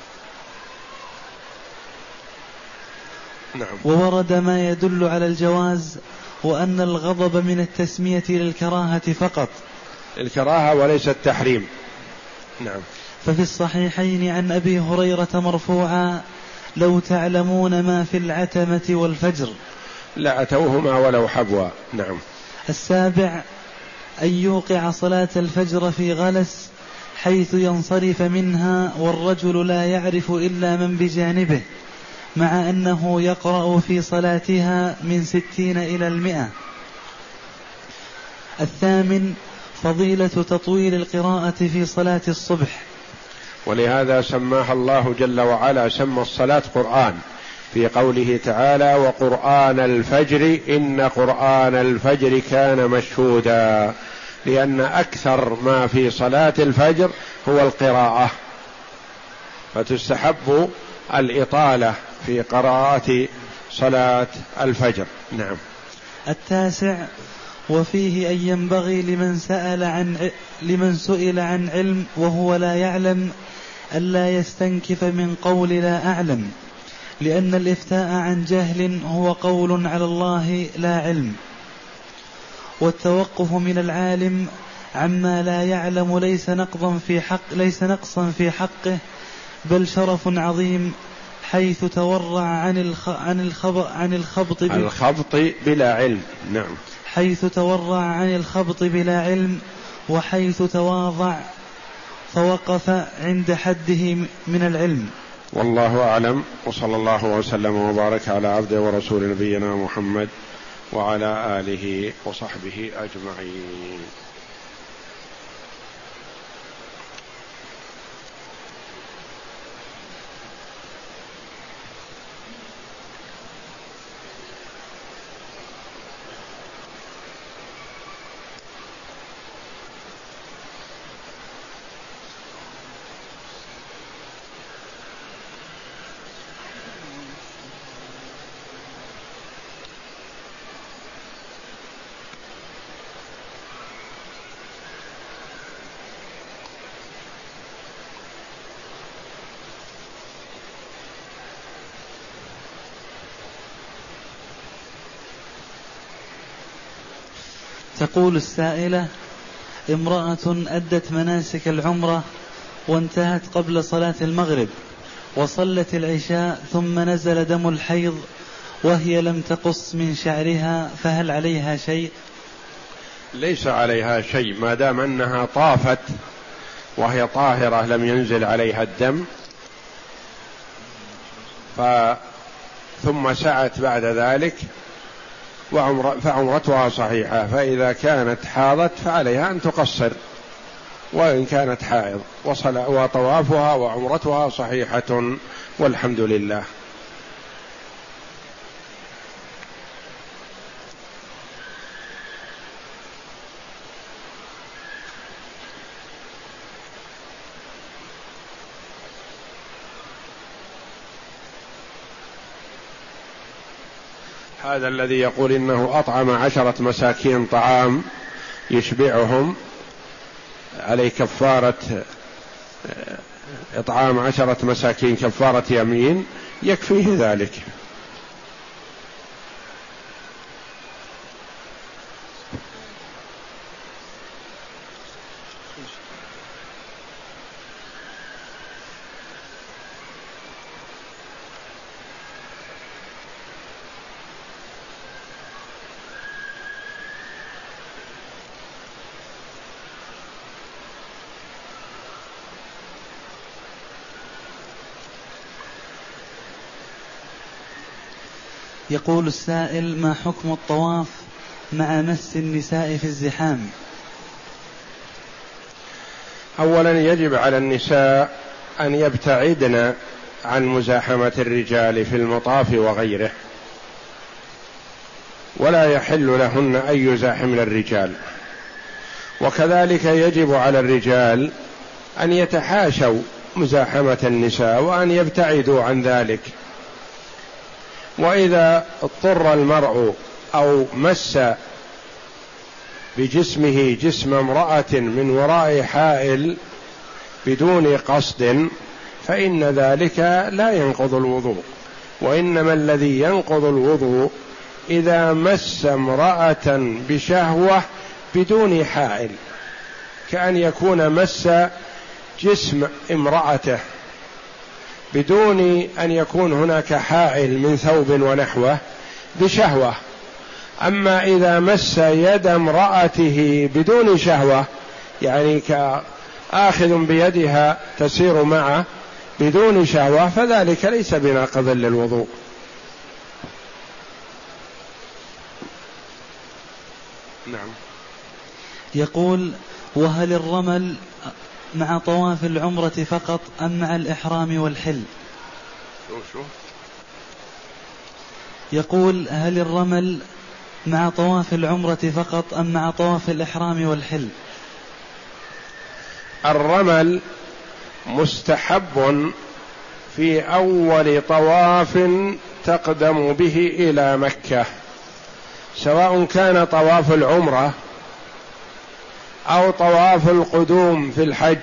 نعم. وورد ما يدل على الجواز وأن الغضب من التسمية للكراهة فقط، الكراهة وليس التحريم. نعم. ففي الصحيحين عن أبي هريرة مرفوعا لو تعلمون ما في العتمة والفجر لأتوهما ولو حبوا. نعم. السابع أن يوقع صلاة الفجر في غلس حيث ينصرف منها والرجل لا يعرف إلا من بجانبه، مع أنه يقرأ في صلاتها من ستين إلى المئة. الثامن فضيلة تطويل القراءة في صلاة الصبح، ولهذا سماها الله جل وعلا، سمى الصلاة قرآن في قوله تعالى وقرآن الفجر إن قرآن الفجر كان مشهودا، لأن أكثر ما في صلاة الفجر هو القراءة، فتستحب الإطالة في قراءة صلاة الفجر. نعم. التاسع وفيه أن ينبغي لمن سأل عن لمن سئل عن علم وهو لا يعلم ألا يستنكف من قول لا أعلم، لأن الإفتاء عن جهل هو قول على الله لا علم، والتوقف من العالم عما لا يعلم ليس نقضا في حق ليس نقصا في حقه بل شرف عظيم، حيث تورع عن الخ عن الخبط عن الخبط الخبط بلا علم. نعم. حيث تورع عن الخبط بلا علم، وحيث تواضع فوقف عند حده من العلم. والله أعلم، وصلى الله وسلم وبارك على عبده ورسول نبينا محمد وعلى آله وصحبه أجمعين. تقول السائلة: امرأة أدت مناسك العمرة وانتهت قبل صلاة المغرب وصلت العشاء ثم نزل دم الحيض وهي لم تقص من شعرها، فهل عليها شيء؟ ليس عليها شيء ما دام أنها طافت وهي طاهرة لم ينزل عليها الدم، ف ثم سعت بعد ذلك وعمر فعمرتها صحيحة. فإذا كانت حاضت فعليها أن تقصر وإن كانت حائض، وطوافها وعمرتها صحيحة والحمد لله. هذا الذي يقول إنه أطعم عشرة مساكين طعام يشبعهم، عليه كفارة إطعام عشرة مساكين كفارة يمين، يكفيه ذلك. يقول السائل: ما حكم الطواف مع مس النساء في الزحام؟ أولا يجب على النساء أن يبتعدن عن مزاحمة الرجال في المطاف وغيره، ولا يحل لهن أن يزاحمن الرجال. وكذلك يجب على الرجال أن يتحاشوا مزاحمة النساء وأن يبتعدوا عن ذلك. وإذا اضطر المرء أو مس بجسمه جسم امرأة من وراء حائل بدون قصد فإن ذلك لا ينقض الوضوء، وإنما الذي ينقض الوضوء إذا مس امرأة بشهوة بدون حائل، كأن يكون مس جسم امرأته بدون أن يكون هناك حائل من ثوب ونحوه بشهوة. أما إذا مس يد امرأته بدون شهوة، يعني كآخذ بيدها تسير معه بدون شهوة، فذلك ليس بناقض للوضوء. نعم. يقول: وهل الرمل مع طواف العمرة فقط أم مع الإحرام والحل؟ شو يقول: هل الرمل مع طواف العمرة فقط أم مع طواف الإحرام والحل؟ الرمل مستحب في أول طواف تقدم به إلى مكة، سواء كان طواف العمرة أو طواف القدوم في الحج.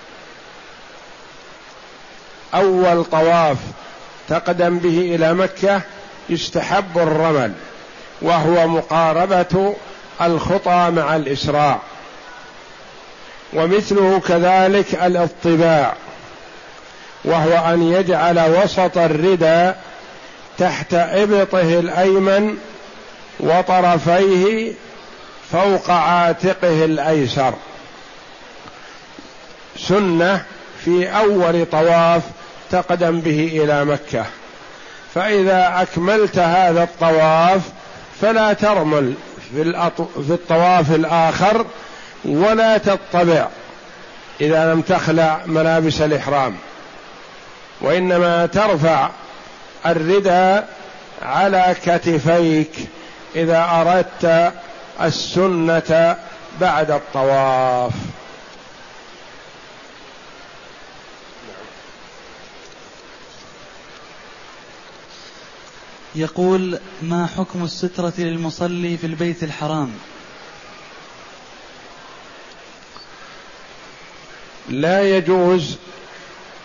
أول طواف تقدم به إلى مكة يستحب الرمل، وهو مقاربة الخطى مع الإسراع، ومثله كذلك الاطباع، وهو أن يجعل وسط الردى تحت إبطه الأيمن وطرفيه فوق عاتقه الأيسر، سنة في أول طواف تقدم به إلى مكة. فإذا أكملت هذا الطواف فلا ترمل في الطواف الآخر ولا تطبع إذا لم تخلع ملابس الإحرام، وإنما ترفع الردى على كتفيك إذا أردت السنة بعد الطواف. يقول: ما حكم السترة للمصلي في البيت الحرام؟ لا يجوز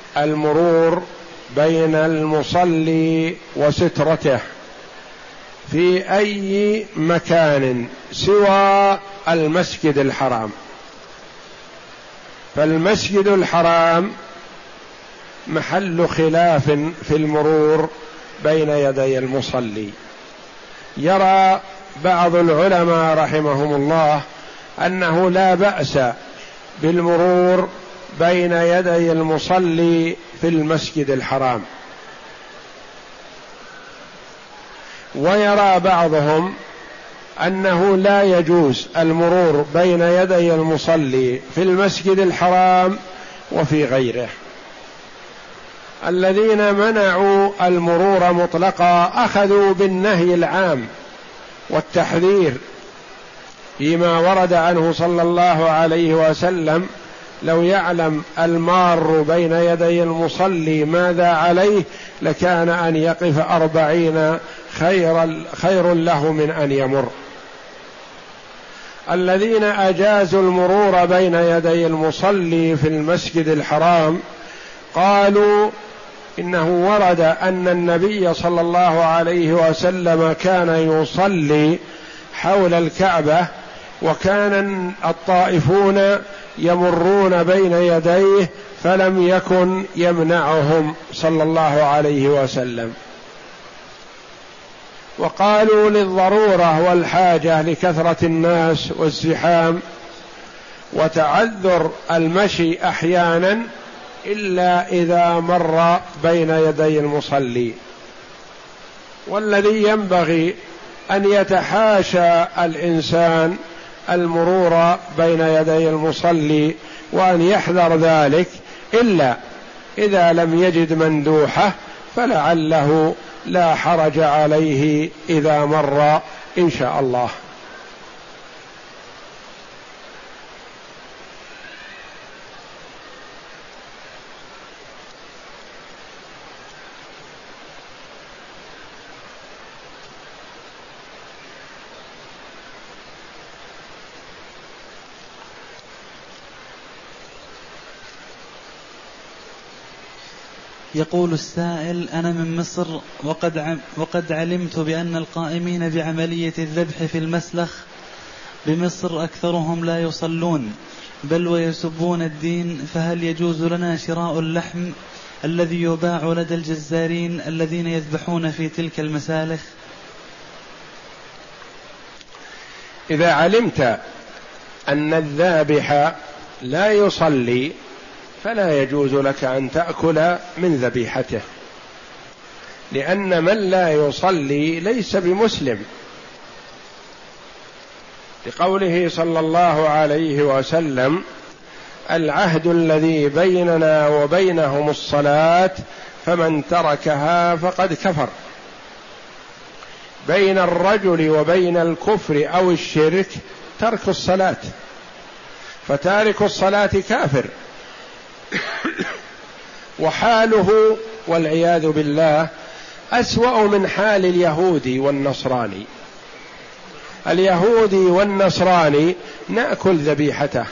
المرور بين المصلي وسترته في أي مكان سوى المسجد الحرام، فالمسجد الحرام محل خلاف في المرور بين يدي المصلي. يرى بعض العلماء رحمهم الله أنه لا بأس بالمرور بين يدي المصلي في المسجد الحرام، ويرى بعضهم أنه لا يجوز المرور بين يدي المصلي في المسجد الحرام وفي غيره. الذين منعوا المرور مطلقا أخذوا بالنهي العام والتحذير فيما ورد عنه صلى الله عليه وسلم: لو يعلم المار بين يدي المصلي ماذا عليه لكان أن يقف أربعين خير, خير له من أن يمر. الذين أجازوا المرور بين يدي المصلي في المسجد الحرام قالوا إنه ورد أن النبي صلى الله عليه وسلم كان يصلي حول الكعبة، وكان الطائفون يمرون بين يديه فلم يكن يمنعهم صلى الله عليه وسلم. وقالوا للضرورة والحاجة لكثرة الناس والزحام وتعذر المشي أحيانا إلا إذا مر بين يدي المصلي. والذي ينبغي أن يتحاشى الإنسان المرور بين يدي المصلي وأن يحذر ذلك، إلا إذا لم يجد مندوحة فلعله لا حرج عليه إذا مر إن شاء الله. يقول السائل: أنا من مصر، وقد, عم وقد علمت بأن القائمين بعملية الذبح في المسلخ بمصر أكثرهم لا يصلون بل ويسبون الدين، فهل يجوز لنا شراء اللحم الذي يباع لدى الجزارين الذين يذبحون في تلك المسالخ؟ إذا علمت أن الذابح لا يصلي فلا يجوز لك أن تأكل من ذبيحته، لأن من لا يصلي ليس بمسلم، لقوله صلى الله عليه وسلم: العهد الذي بيننا وبينهم الصلاة فمن تركها فقد كفر. بين الرجل وبين الكفر أو الشرك ترك الصلاة، فتارك الصلاة كافر. وحاله والعياذ بالله أسوأ من حال اليهودي والنصراني. اليهودي والنصراني نأكل ذبيحته،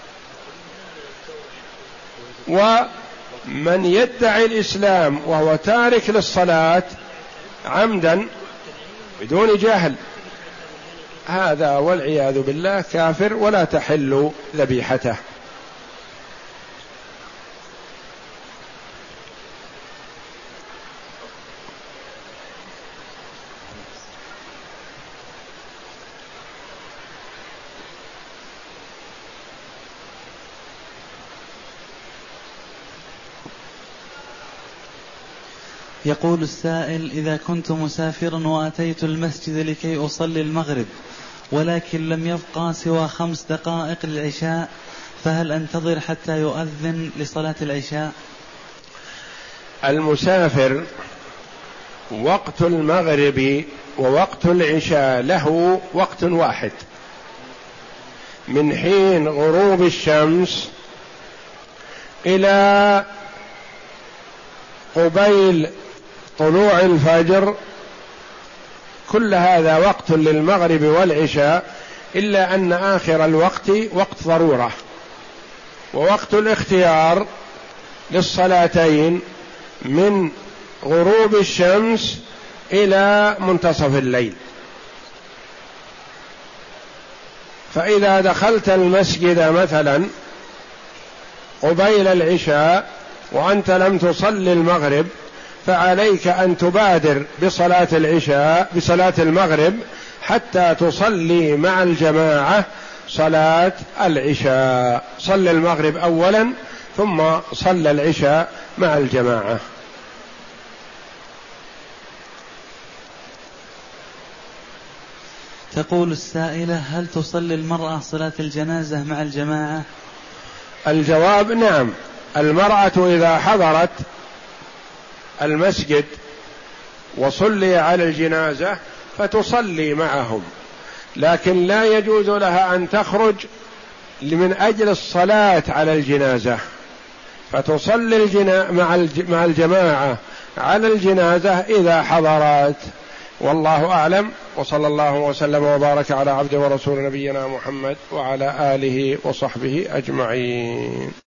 ومن يدعي الإسلام وهو تارك للصلاة عمدا بدون جهل هذا والعياذ بالله كافر ولا تحل ذبيحته. يقول السائل: إذا كنت مسافرا وأتيت المسجد لكي أصلي المغرب ولكن لم يبقى سوى خمس دقائق للعشاء، فهل أنتظر حتى يؤذن لصلاة العشاء؟ المسافر وقت المغرب ووقت العشاء له وقت واحد، من حين غروب الشمس إلى قبيل طلوع الفجر، كل هذا وقت للمغرب والعشاء، إلا أن آخر الوقت وقت ضرورة، ووقت الاختيار للصلاتين من غروب الشمس إلى منتصف الليل. فإذا دخلت المسجد مثلا قبيل العشاء وأنت لم تصلي المغرب، فعليك أن تبادر بصلاة العشاء بصلاة المغرب حتى تصلي مع الجماعة صلاة العشاء. صل المغرب أولا ثم صل العشاء مع الجماعة. تقول السائلة: هل تصلي المرأة صلاة الجنازة مع الجماعة؟ الجواب: نعم، المرأة إذا حضرت المسجد وصلي على الجنازة فتصلي معهم، لكن لا يجوز لها أن تخرج من أجل الصلاة على الجنازة، فتصلي الجنا... مع الجماعة على الجنازة إذا حضرت. والله أعلم، وصلى الله وسلم وبارك على عبده ورسول نبينا محمد وعلى آله وصحبه أجمعين.